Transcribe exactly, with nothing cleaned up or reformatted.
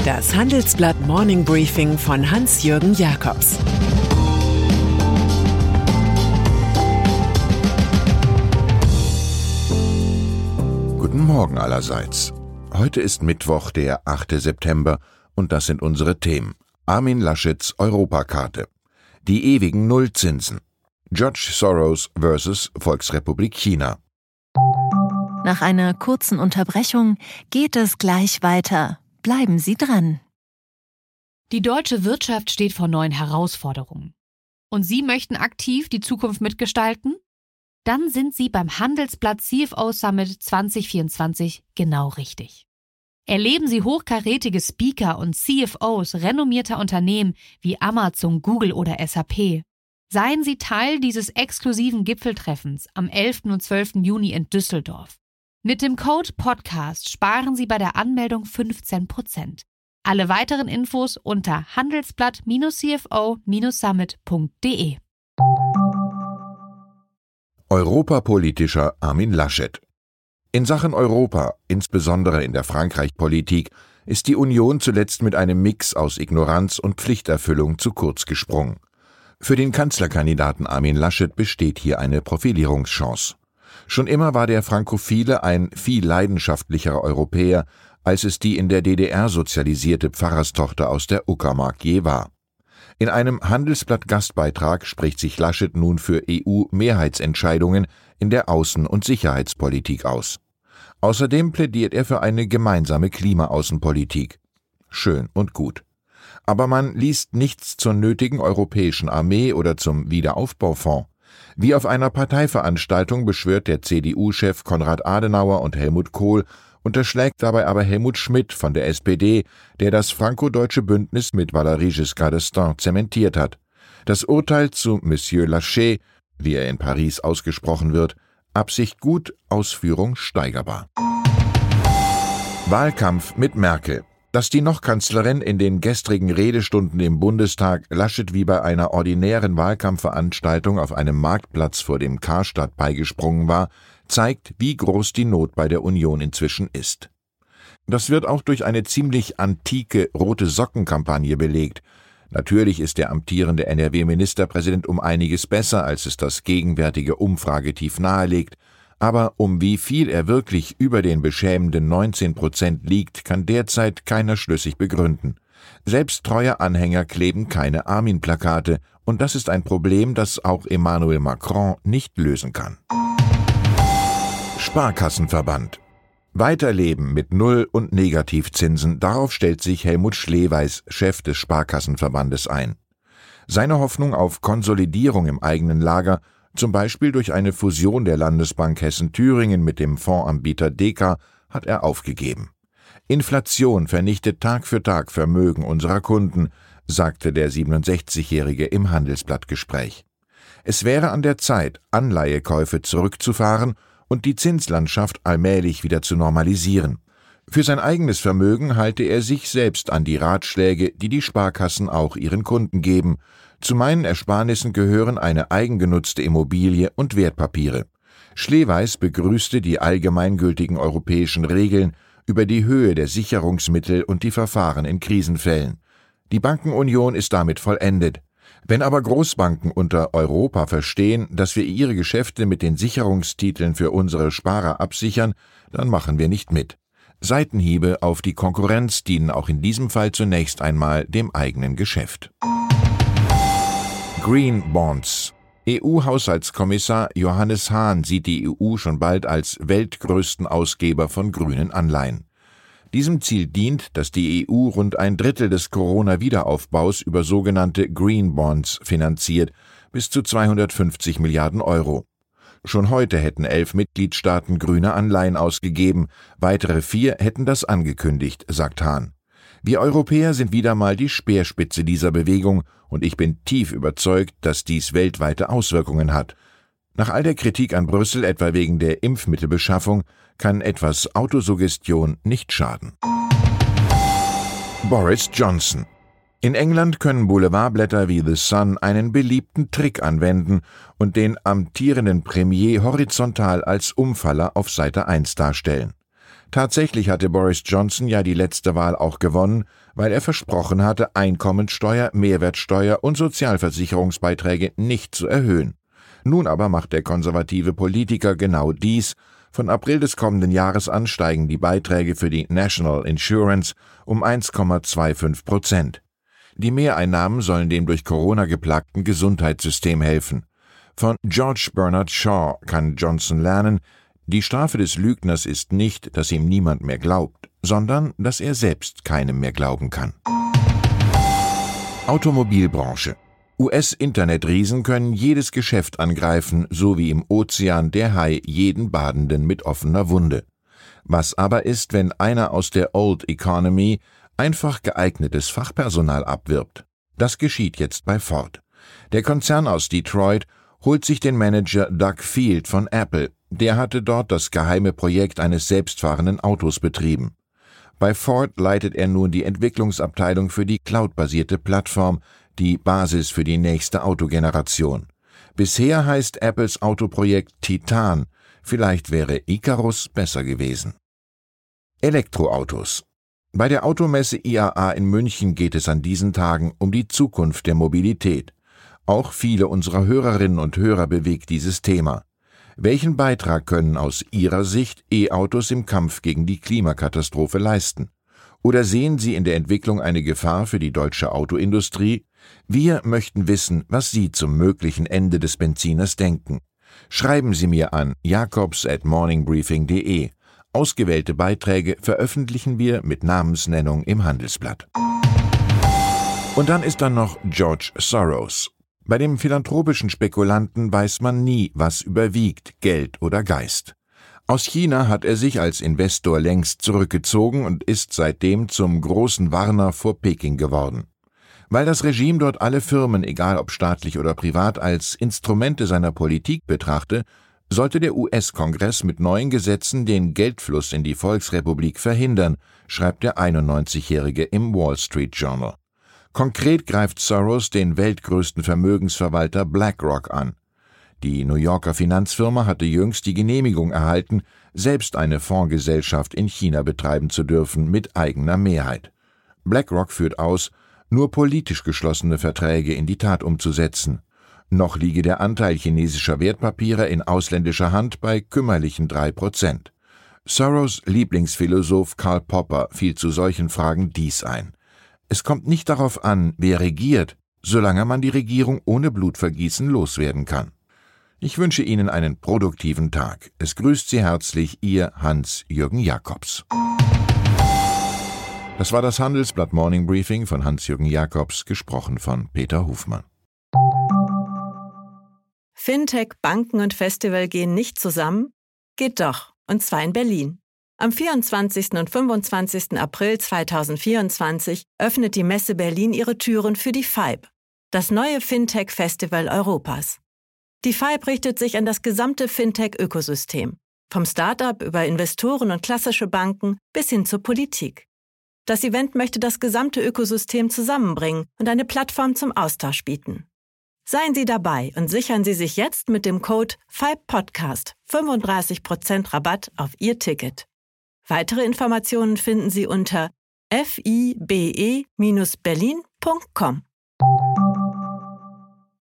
Das Handelsblatt Morning Briefing von Hans-Jürgen Jakobs. Guten Morgen allerseits. Heute ist Mittwoch, der achte September, und das sind unsere Themen. Armin Laschets Europakarte. Die ewigen Nullzinsen. George Soros versus Volksrepublik China. Nach einer kurzen Unterbrechung geht es gleich weiter. Bleiben Sie dran. Die deutsche Wirtschaft steht vor neuen Herausforderungen. Und Sie möchten aktiv die Zukunft mitgestalten? Dann sind Sie beim Handelsblatt C F O Summit zwanzig vierundzwanzig genau richtig. Erleben Sie hochkarätige Speaker und C F Os renommierter Unternehmen wie Amazon, Google oder S A P. Seien Sie Teil dieses exklusiven Gipfeltreffens am elften und zwölften Juni in Düsseldorf. Mit dem Code Podcast sparen Sie bei der Anmeldung fünfzehn Prozent. Alle weiteren Infos unter handelsblatt C F O Summit punkt de. Europapolitischer Armin Laschet. In Sachen Europa, insbesondere in der Frankreich-Politik, ist die Union zuletzt mit einem Mix aus Ignoranz und Pflichterfüllung zu kurz gesprungen. Für den Kanzlerkandidaten Armin Laschet besteht hier eine Profilierungschance. Schon immer war der Frankophile ein viel leidenschaftlicherer Europäer, als es die in der D D R sozialisierte Pfarrerstochter aus der Uckermark je war. In einem Handelsblatt-Gastbeitrag spricht sich Laschet nun für E U-Mehrheitsentscheidungen in der Außen- und Sicherheitspolitik aus. Außerdem plädiert er für eine gemeinsame Klimaaußenpolitik. Schön und gut. Aber man liest nichts zur nötigen europäischen Armee oder zum Wiederaufbaufonds. Wie auf einer Parteiveranstaltung beschwört der C D U-Chef Konrad Adenauer und Helmut Kohl, unterschlägt dabei aber Helmut Schmidt von der S P D, der das franco-deutsche Bündnis mit Valéry Giscard d'Estaing zementiert hat. Das Urteil zu Monsieur Laschet, wie er in Paris ausgesprochen wird, Absicht gut, Ausführung steigerbar. Wahlkampf mit Merkel. Dass die Noch-Kanzlerin in den gestrigen Redestunden im Bundestag Laschet wie bei einer ordinären Wahlkampfveranstaltung auf einem Marktplatz vor dem Karstadt beigesprungen war, zeigt, wie groß die Not bei der Union inzwischen ist. Das wird auch durch eine ziemlich antike Rote-Socken-Kampagne belegt. Natürlich ist der amtierende N R W-Ministerpräsident um einiges besser, als es das gegenwärtige Umfragetief nahelegt. Aber um wie viel er wirklich über den beschämenden neunzehn Prozent liegt, kann derzeit keiner schlüssig begründen. Selbst treue Anhänger kleben keine Armin-Plakate, und das ist ein Problem, das auch Emmanuel Macron nicht lösen kann. Sparkassenverband. Weiterleben mit Null- und Negativzinsen, darauf stellt sich Helmut Schleweis, Chef des Sparkassenverbandes, ein. Seine Hoffnung auf Konsolidierung im eigenen Lager, zum Beispiel durch eine Fusion der Landesbank Hessen-Thüringen mit dem Fondsanbieter Deka, hat er aufgegeben. Inflation vernichtet Tag für Tag Vermögen unserer Kunden, sagte der siebenundsechzigjährige im Handelsblattgespräch. Es wäre an der Zeit, Anleihekäufe zurückzufahren und die Zinslandschaft allmählich wieder zu normalisieren. Für sein eigenes Vermögen halte er sich selbst an die Ratschläge, die die Sparkassen auch ihren Kunden geben. Zu meinen Ersparnissen gehören eine eigengenutzte Immobilie und Wertpapiere. Schleweis begrüßte die allgemeingültigen europäischen Regeln über die Höhe der Sicherungsmittel und die Verfahren in Krisenfällen. Die Bankenunion ist damit vollendet. Wenn aber Großbanken unter Europa verstehen, dass wir ihre Geschäfte mit den Sicherungstiteln für unsere Sparer absichern, dann machen wir nicht mit. Seitenhiebe auf die Konkurrenz dienen auch in diesem Fall zunächst einmal dem eigenen Geschäft. Green Bonds. E U-Haushaltskommissar Johannes Hahn sieht die E U schon bald als weltgrößten Ausgeber von grünen Anleihen. Diesem Ziel dient, dass die E U rund ein Drittel des Corona-Wiederaufbaus über sogenannte Green Bonds finanziert, bis zu zweihundertfünfzig Milliarden Euro. Schon heute hätten elf Mitgliedstaaten grüne Anleihen ausgegeben, weitere vier hätten das angekündigt, sagt Hahn. Wir Europäer sind wieder mal die Speerspitze dieser Bewegung, und ich bin tief überzeugt, dass dies weltweite Auswirkungen hat. Nach all der Kritik an Brüssel, etwa wegen der Impfmittelbeschaffung, kann etwas Autosuggestion nicht schaden. Boris Johnson. In England können Boulevardblätter wie The Sun einen beliebten Trick anwenden und den amtierenden Premier horizontal als Umfaller auf Seite eins darstellen. Tatsächlich hatte Boris Johnson ja die letzte Wahl auch gewonnen, weil er versprochen hatte, Einkommensteuer, Mehrwertsteuer und Sozialversicherungsbeiträge nicht zu erhöhen. Nun aber macht der konservative Politiker genau dies. Von April des kommenden Jahres an steigen die Beiträge für die National Insurance um eins Komma fünfundzwanzig Prozent. Die Mehreinnahmen sollen dem durch Corona geplagten Gesundheitssystem helfen. Von George Bernard Shaw kann Johnson lernen, die Strafe des Lügners ist nicht, dass ihm niemand mehr glaubt, sondern dass er selbst keinem mehr glauben kann. Automobilbranche. U S-Internetriesen können jedes Geschäft angreifen, so wie im Ozean der Hai jeden Badenden mit offener Wunde. Was aber ist, wenn einer aus der Old Economy einfach geeignetes Fachpersonal abwirbt? Das geschieht jetzt bei Ford. Der Konzern aus Detroit holt sich den Manager Doug Field von Apple. Der hatte dort das geheime Projekt eines selbstfahrenden Autos betrieben. Bei Ford leitet er nun die Entwicklungsabteilung für die cloudbasierte Plattform, die Basis für die nächste Autogeneration. Bisher heißt Apples Autoprojekt Titan. Vielleicht wäre Icarus besser gewesen. Elektroautos. Bei der Automesse I A A in München geht es an diesen Tagen um die Zukunft der Mobilität. Auch viele unserer Hörerinnen und Hörer bewegt dieses Thema. Welchen Beitrag können aus Ihrer Sicht E-Autos im Kampf gegen die Klimakatastrophe leisten? Oder sehen Sie in der Entwicklung eine Gefahr für die deutsche Autoindustrie? Wir möchten wissen, was Sie zum möglichen Ende des Benziners denken. Schreiben Sie mir an jakobs at morningbriefing punkt de. Ausgewählte Beiträge veröffentlichen wir mit Namensnennung im Handelsblatt. Und dann ist da noch George Soros. Bei dem philanthropischen Spekulanten weiß man nie, was überwiegt, Geld oder Geist. Aus China hat er sich als Investor längst zurückgezogen und ist seitdem zum großen Warner vor Peking geworden. Weil das Regime dort alle Firmen, egal ob staatlich oder privat, als Instrumente seiner Politik betrachte, sollte der U S-Kongress mit neuen Gesetzen den Geldfluss in die Volksrepublik verhindern, schreibt der einundneunzigjährige im Wall Street Journal. Konkret greift Soros den weltgrößten Vermögensverwalter BlackRock an. Die New Yorker Finanzfirma hatte jüngst die Genehmigung erhalten, selbst eine Fondsgesellschaft in China betreiben zu dürfen mit eigener Mehrheit. BlackRock führt aus, nur politisch geschlossene Verträge in die Tat umzusetzen. Noch liege der Anteil chinesischer Wertpapiere in ausländischer Hand bei kümmerlichen drei Prozent. Soros' Lieblingsphilosoph Karl Popper fiel zu solchen Fragen dies ein: Es kommt nicht darauf an, wer regiert, solange man die Regierung ohne Blutvergießen loswerden kann. Ich wünsche Ihnen einen produktiven Tag. Es grüßt Sie herzlich Ihr Hans-Jürgen Jakobs. Das war das Handelsblatt Morning Briefing von Hans-Jürgen Jakobs, gesprochen von Peter Hofmann. Fintech, Banken und Festival gehen nicht zusammen? Geht doch, und zwar in Berlin. Am vierundzwanzigsten und fünfundzwanzigsten April zweitausendvierundzwanzig öffnet die Messe Berlin ihre Türen für die F I B, das neue Fintech-Festival Europas. Die F I B richtet sich an das gesamte Fintech-Ökosystem, vom Start-up über Investoren und klassische Banken bis hin zur Politik. Das Event möchte das gesamte Ökosystem zusammenbringen und eine Plattform zum Austausch bieten. Seien Sie dabei und sichern Sie sich jetzt mit dem Code F I B Podcast fünfunddreißig Prozent Rabatt auf Ihr Ticket. Weitere Informationen finden Sie unter f i b e Bindestrich berlin Punkt com.